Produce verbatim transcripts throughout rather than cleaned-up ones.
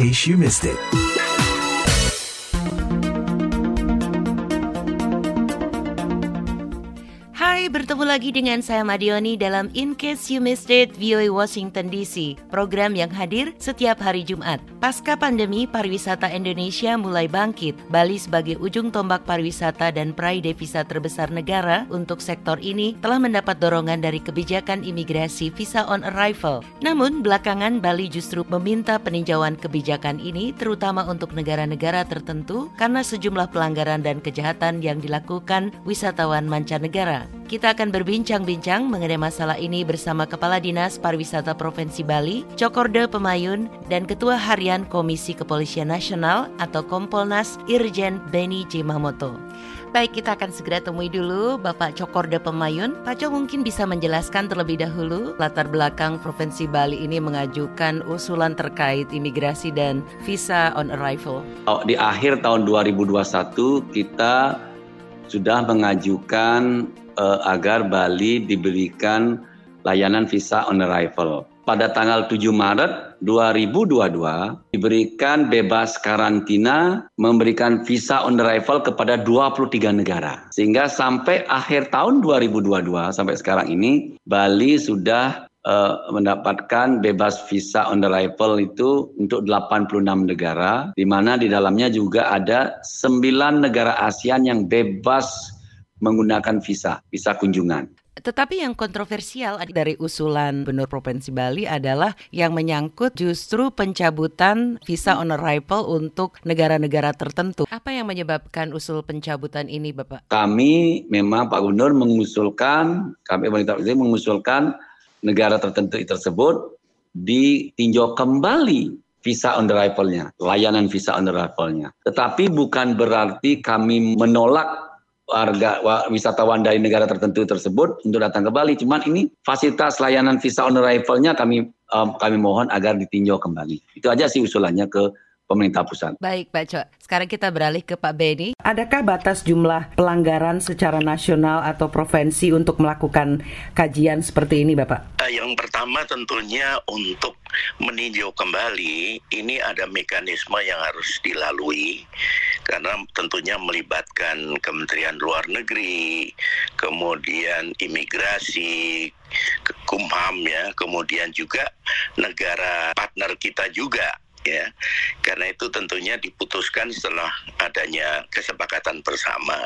case you missed it. Hai, bertemu lagi dengan saya Madioni dalam In Case You Missed It V O A Washington D C, program yang hadir setiap hari Jumat. Pasca pandemi, pariwisata Indonesia mulai bangkit. Bali sebagai ujung tombak pariwisata dan peraih devisa terbesar negara untuk sektor ini telah mendapat dorongan dari kebijakan imigrasi visa on arrival. Namun, belakangan Bali justru meminta peninjauan kebijakan ini terutama untuk negara-negara tertentu karena sejumlah pelanggaran dan kejahatan yang dilakukan wisatawan mancanegara. Kita akan berbincang-bincang mengenai masalah ini bersama Kepala Dinas Pariwisata Provinsi Bali, Cokorda Pemayun, dan Ketua Harian Komisi Kepolisian Nasional atau Kompolnas Irjen Beni J. Mamoto. Baik, kita akan segera temui dulu Bapak Cokorda Pemayun. Pak Cok mungkin bisa menjelaskan terlebih dahulu latar belakang Provinsi Bali ini mengajukan usulan terkait imigrasi dan visa on arrival. Oh, di akhir tahun dua ribu dua puluh satu kita sudah mengajukan uh, agar Bali diberikan layanan visa on arrival. Pada tanggal tujuh Maret dua ribu dua puluh dua diberikan bebas karantina memberikan visa on arrival kepada dua puluh tiga negara. Sehingga sampai akhir tahun dua ribu dua puluh dua sampai sekarang ini Bali sudah uh, mendapatkan bebas visa on arrival itu untuk delapan puluh enam negara, di mana di dalamnya juga ada sembilan negara ASEAN yang bebas menggunakan visa, visa kunjungan. Tetapi yang kontroversial dari usulan Gubernur Provinsi Bali adalah yang menyangkut justru pencabutan visa on arrival untuk negara-negara tertentu. Apa yang menyebabkan usul pencabutan ini, Bapak? Kami memang Pak Gubernur mengusulkan, kami pemerintah ini mengusulkan negara tertentu tersebut ditinjau kembali visa on arrival-nya, layanan visa on arrival-nya. Tetapi bukan berarti kami menolak warga wisatawan dari negara tertentu tersebut untuk datang ke Bali. Cuman ini fasilitas layanan visa on arrival-nya kami um, kami mohon agar ditinjau kembali. Itu aja sih usulannya ke pemerintah pusat. Baik, Pak Cok. Sekarang kita beralih ke Pak Beni. Adakah batas jumlah pelanggaran secara nasional atau provinsi untuk melakukan kajian seperti ini, Bapak? Yang pertama tentunya untuk meninjau kembali, ini ada mekanisme yang harus dilalui. Karena tentunya melibatkan Kementerian Luar Negeri, kemudian imigrasi, Kumham ya, kemudian juga negara partner kita juga. Ya, karena itu tentunya diputuskan setelah adanya kesepakatan bersama.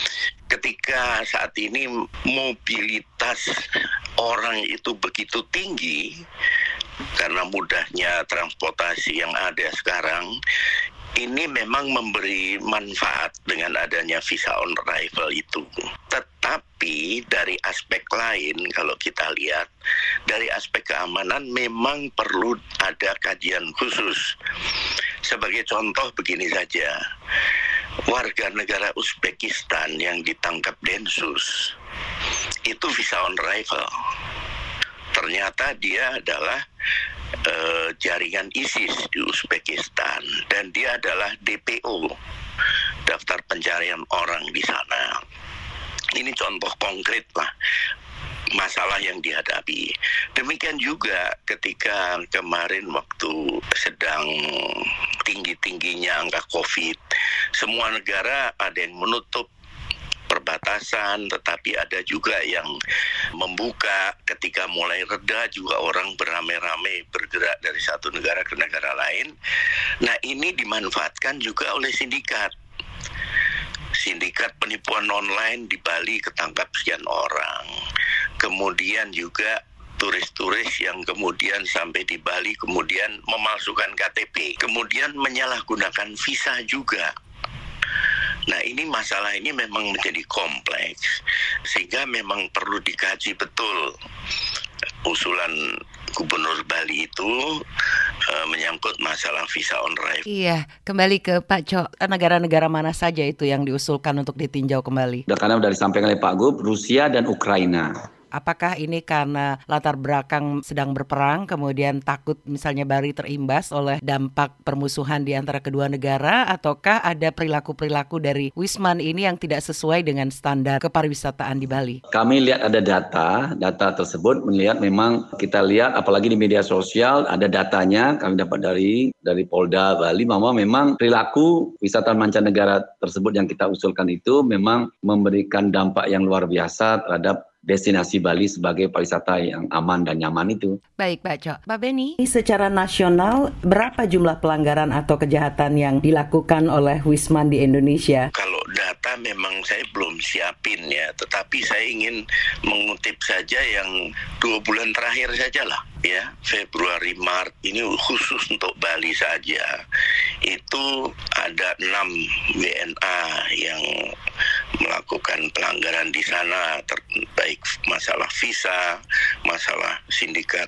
Ketika saat ini mobilitas orang itu begitu tinggi, karena mudahnya transportasi yang ada sekarang, ini memang memberi manfaat dengan adanya visa on arrival itu. Tetapi dari aspek lain, kalau kita lihat, dari aspek keamanan memang perlu ada kajian khusus. Sebagai contoh begini saja, warga negara Uzbekistan yang ditangkap Densus, itu visa on arrival. Ternyata dia adalah uh, jaringan ISIS di Uzbekistan dan dia adalah D P O, daftar pencarian orang di sana. Ini contoh konkret lah masalah yang dihadapi. Demikian juga ketika kemarin waktu sedang tinggi-tingginya angka COVID, semua negara ada yang menutup perbatasan, tetapi ada juga yang membuka. Ketika mulai reda juga orang beramai-ramai bergerak dari satu negara ke negara lain. Nah, ini dimanfaatkan juga oleh sindikat. Sindikat penipuan online di Bali ketangkap sekian orang. Kemudian juga turis-turis yang kemudian sampai di Bali kemudian memalsukan K T P. Kemudian menyalahgunakan visa juga. Nah, ini masalah ini memang menjadi kompleks, sehingga memang perlu dikaji betul usulan Gubernur Bali itu uh, menyangkut masalah visa on arrival. Iya, kembali ke Pak Cok, negara-negara mana saja itu yang diusulkan untuk ditinjau kembali? Karena sudah disampaikan oleh Pak Gub, Rusia dan Ukraina. Apakah ini karena latar belakang sedang berperang, kemudian takut misalnya Bali terimbas oleh dampak permusuhan di antara kedua negara, ataukah ada perilaku-perilaku dari Wisman ini yang tidak sesuai dengan standar kepariwisataan di Bali? Kami lihat ada data, data tersebut melihat memang kita lihat apalagi di media sosial ada datanya kami dapat dari dari Polda Bali bahwa memang perilaku wisatawan mancanegara tersebut yang kita usulkan itu memang memberikan dampak yang luar biasa terhadap destinasi Bali sebagai pariwisata yang aman dan nyaman itu. Baik, Pak Cok. Pak Beni, secara nasional berapa jumlah pelanggaran atau kejahatan yang dilakukan oleh Wisman di Indonesia? Kalau data memang saya belum siapin ya, tetapi saya ingin mengutip saja yang dua bulan terakhir saja lah ya, Februari, Maret ini khusus untuk Bali saja. Itu ada enam W N A yang melakukan pelanggaran di sana, baik masalah visa, masalah sindikat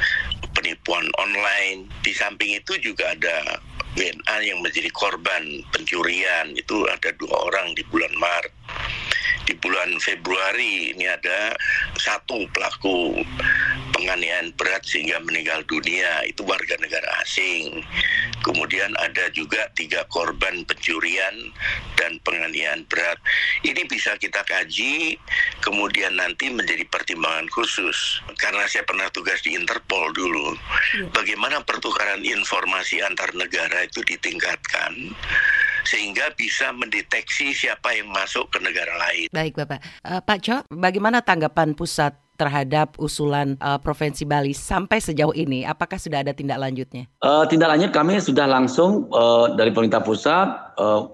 penipuan online. Di samping itu juga ada W N A yang menjadi korban pencurian, itu ada dua orang di bulan Maret. Di bulan Februari ini ada satu pelaku penganiayaan berat sehingga meninggal dunia, itu warga negara asing. Kemudian ada juga tiga korban pencurian dan penganiayaan berat. Ini bisa kita kaji, kemudian nanti menjadi pertimbangan khusus. Karena saya pernah tugas di Interpol dulu, bagaimana pertukaran informasi antar negara itu ditingkatkan sehingga bisa mendeteksi siapa yang masuk ke negara lain. Baik Bapak. Uh, Pak Cok, bagaimana tanggapan pusat terhadap usulan uh, Provinsi Bali sampai sejauh ini? Apakah sudah ada tindak lanjutnya? Uh, tindak lanjut kami sudah langsung uh, dari pemerintah pusat uh,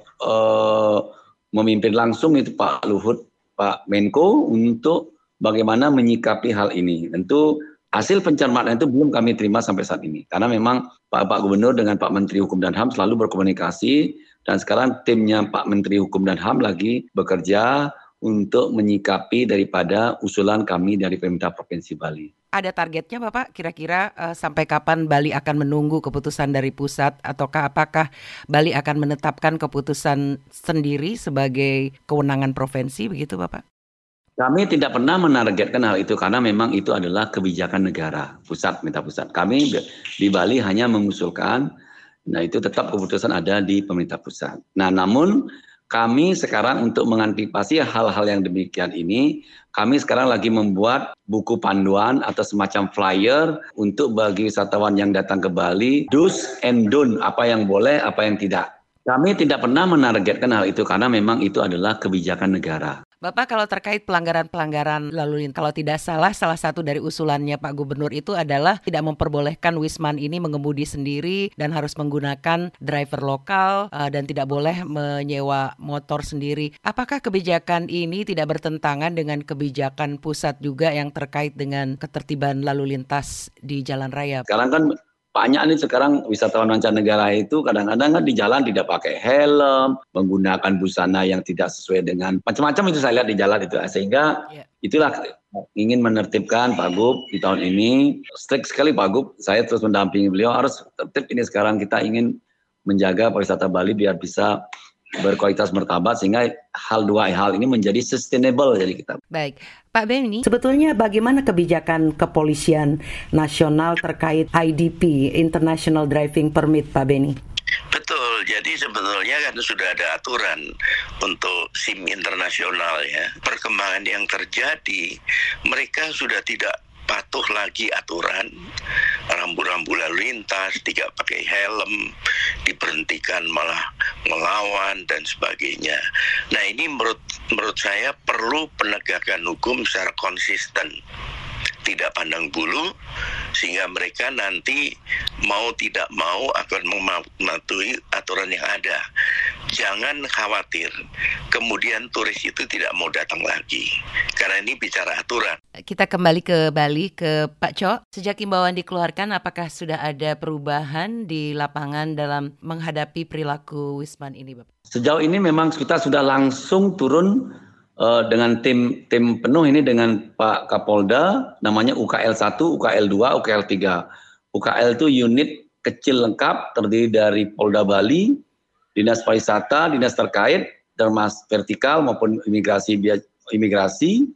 uh, memimpin langsung itu Pak Luhut, Pak Menko untuk bagaimana menyikapi hal ini. Tentu hasil pencermatan itu belum kami terima sampai saat ini. Karena memang Pak, Pak Gubernur dengan Pak Menteri Hukum dan H A M selalu berkomunikasi. Dan sekarang timnya Pak Menteri Hukum dan H A M lagi bekerja untuk menyikapi daripada usulan kami dari pemerintah Provinsi Bali. Ada targetnya Bapak? Kira-kira uh, sampai kapan Bali akan menunggu keputusan dari pusat? Ataukah apakah Bali akan menetapkan keputusan sendiri sebagai kewenangan provinsi? Begitu Bapak? Kami tidak pernah menargetkan hal itu karena memang itu adalah kebijakan negara, pusat, minta pusat. Kami di Bali hanya mengusulkan, nah itu tetap keputusan ada di pemerintah pusat. Nah namun kami sekarang untuk mengantisipasi hal-hal yang demikian ini, kami sekarang lagi membuat buku panduan atau semacam flyer untuk bagi wisatawan yang datang ke Bali, do's and don't, apa yang boleh, apa yang tidak. Kami tidak pernah menargetkan hal itu karena memang itu adalah kebijakan negara. Bapak, kalau terkait pelanggaran-pelanggaran lalu lintas, kalau tidak salah, salah satu dari usulannya Pak Gubernur itu adalah tidak memperbolehkan Wisman ini mengemudi sendiri dan harus menggunakan driver lokal uh, dan tidak boleh menyewa motor sendiri. Apakah kebijakan ini tidak bertentangan dengan kebijakan pusat juga yang terkait dengan ketertiban lalu lintas di jalan raya? Sekarang kan banyak nih sekarang wisatawan mancanegara itu kadang-kadang kan di jalan tidak pakai helm, menggunakan busana yang tidak sesuai dengan macam-macam itu saya lihat di jalan itu. Sehingga yeah. itulah ingin menertibkan Pak Gub di tahun ini. Strict sekali Pak Gub, saya terus mendampingi beliau harus tertib ini sekarang kita ingin menjaga pariwisata Bali biar bisa berkualitas martabat sehingga hal dua hal ini menjadi sustainable jadi kita. Baik, Pak Beni, sebetulnya bagaimana kebijakan kepolisian nasional terkait I D P, International Driving Permit, Pak Beni? Betul, jadi sebetulnya kan sudah ada aturan untuk SIM internasional ya. Perkembangan yang terjadi, mereka sudah tidak patuh lagi aturan, rambu-rambu lalu lintas, tidak pakai helm, diberhentikan malah melawan dan sebagainya. Nah ini menurut menurut saya perlu penegakan hukum secara konsisten, tidak pandang bulu, sehingga mereka nanti mau tidak mau akan mematuhi aturan yang ada. Jangan khawatir, kemudian turis itu tidak mau datang lagi, karena ini bicara aturan. Kita kembali ke Bali, ke Pak Cok. Sejak imbauan dikeluarkan, apakah sudah ada perubahan di lapangan dalam menghadapi perilaku Wisman ini, Bapak? Sejauh ini memang kita sudah langsung turun uh, dengan tim tim penuh ini dengan Pak Kapolda, namanya U K L satu, U K L dua, U K L tiga. U K L itu unit kecil lengkap terdiri dari Polda Bali, Dinas Pariwisata, dinas terkait, termasuk vertikal maupun imigrasi imigrasi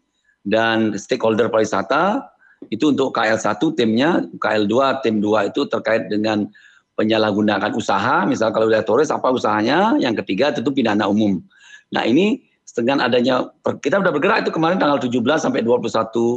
dan stakeholder pariwisata. Itu untuk K L satu timnya, K L dua tim dua itu terkait dengan penyalahgunaan usaha, misal kalau udah turis apa usahanya, yang ketiga tentu pidana umum. Nah ini dengan adanya, kita udah bergerak itu kemarin tanggal tujuh belas sampai dua puluh satu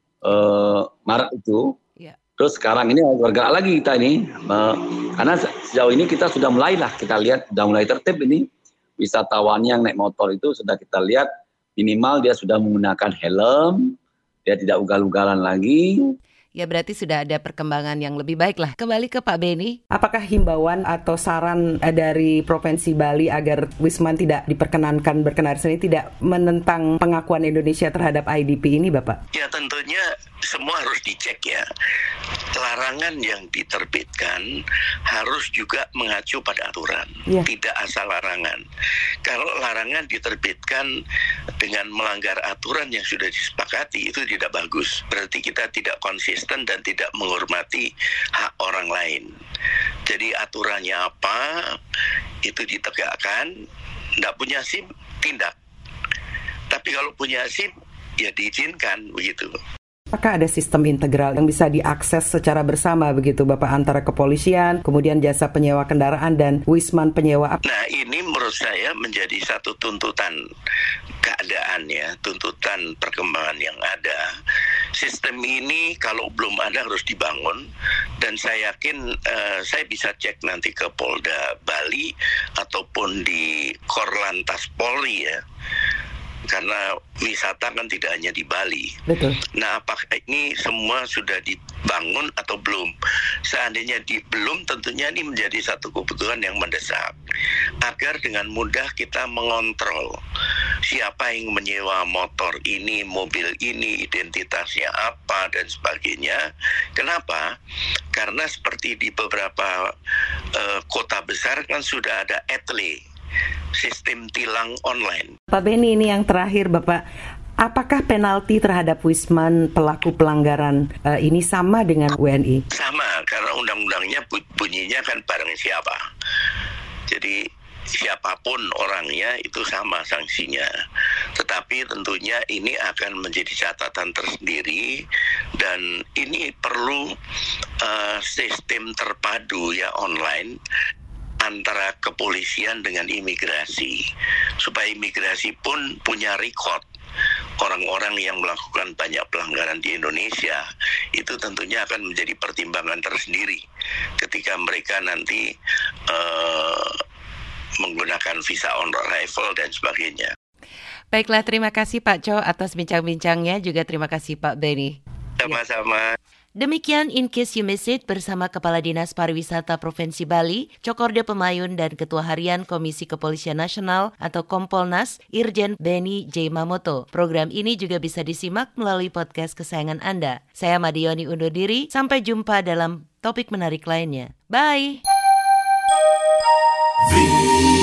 uh, Maret itu, ya. Terus sekarang ini bergerak lagi kita ini, uh, karena sejauh ini kita sudah mulai lah, kita lihat sudah mulai tertib ini, wisatawan yang naik motor itu sudah kita lihat minimal dia sudah menggunakan helm, dia tidak ugal-ugalan lagi. Ya berarti sudah ada perkembangan yang lebih baik lah. Kembali ke Pak Beni. Apakah himbauan atau saran dari Provinsi Bali agar Wisman tidak diperkenankan berkendara sendiri tidak menentang pengakuan Indonesia terhadap I D P ini, Bapak? Ya tentunya semua harus dicek ya. Larangan yang diterbitkan harus juga mengacu pada aturan, ya. Tidak asal larangan. Kalau larangan diterbitkan dengan melanggar aturan yang sudah disepakati, itu tidak bagus. Berarti kita tidak konsisten dan tidak menghormati hak orang lain. Jadi aturannya apa, itu ditegakkan. Tidak punya SIM, tindak. Tapi kalau punya SIM, ya diizinkan begitu. Apakah ada sistem integral yang bisa diakses secara bersama begitu Bapak antara kepolisian, kemudian jasa penyewa kendaraan dan Wisman penyewa? Nah ini menurut saya menjadi satu tuntutan keadaan ya, tuntutan perkembangan yang ada. Sistem ini kalau belum ada harus dibangun dan saya yakin uh, saya bisa cek nanti ke Polda Bali ataupun di Korlantas Polri ya. Karena wisata kan tidak hanya di Bali. Betul. Nah, apakah ini semua sudah dibangun atau belum? Seandainya di belum, tentunya ini menjadi satu kebutuhan yang mendesak. Agar dengan mudah kita mengontrol siapa yang menyewa motor ini, mobil ini, identitasnya apa, dan sebagainya. Kenapa? Karena seperti di beberapa uh, kota besar kan sudah ada E T L E, sistem tilang online. Pak Beni, ini yang terakhir Bapak, apakah penalti terhadap Wisman pelaku pelanggaran uh, ini sama dengan W N I? Sama, karena undang-undangnya bunyinya kan barang siapa. Jadi siapapun orangnya itu sama sanksinya. Tetapi tentunya ini akan menjadi catatan tersendiri dan ini perlu uh, sistem terpadu ya online antara kepolisian dengan imigrasi, supaya imigrasi pun punya record orang-orang yang melakukan banyak pelanggaran di Indonesia. Itu tentunya akan menjadi pertimbangan tersendiri ketika mereka nanti uh, menggunakan visa on arrival dan sebagainya. Baiklah, terima kasih Pak Co atas bincang-bincangnya, juga terima kasih Pak Beni. Sama-sama. Demikian In Case You Miss It bersama Kepala Dinas Pariwisata Provinsi Bali, Cokorda Pemayun dan Ketua Harian Komisi Kepolisian Nasional atau Kompolnas, Irjen Beni J. Mamoto. Program ini juga bisa disimak melalui podcast kesayangan Anda. Saya Madioni undur diri, sampai jumpa dalam topik menarik lainnya. Bye!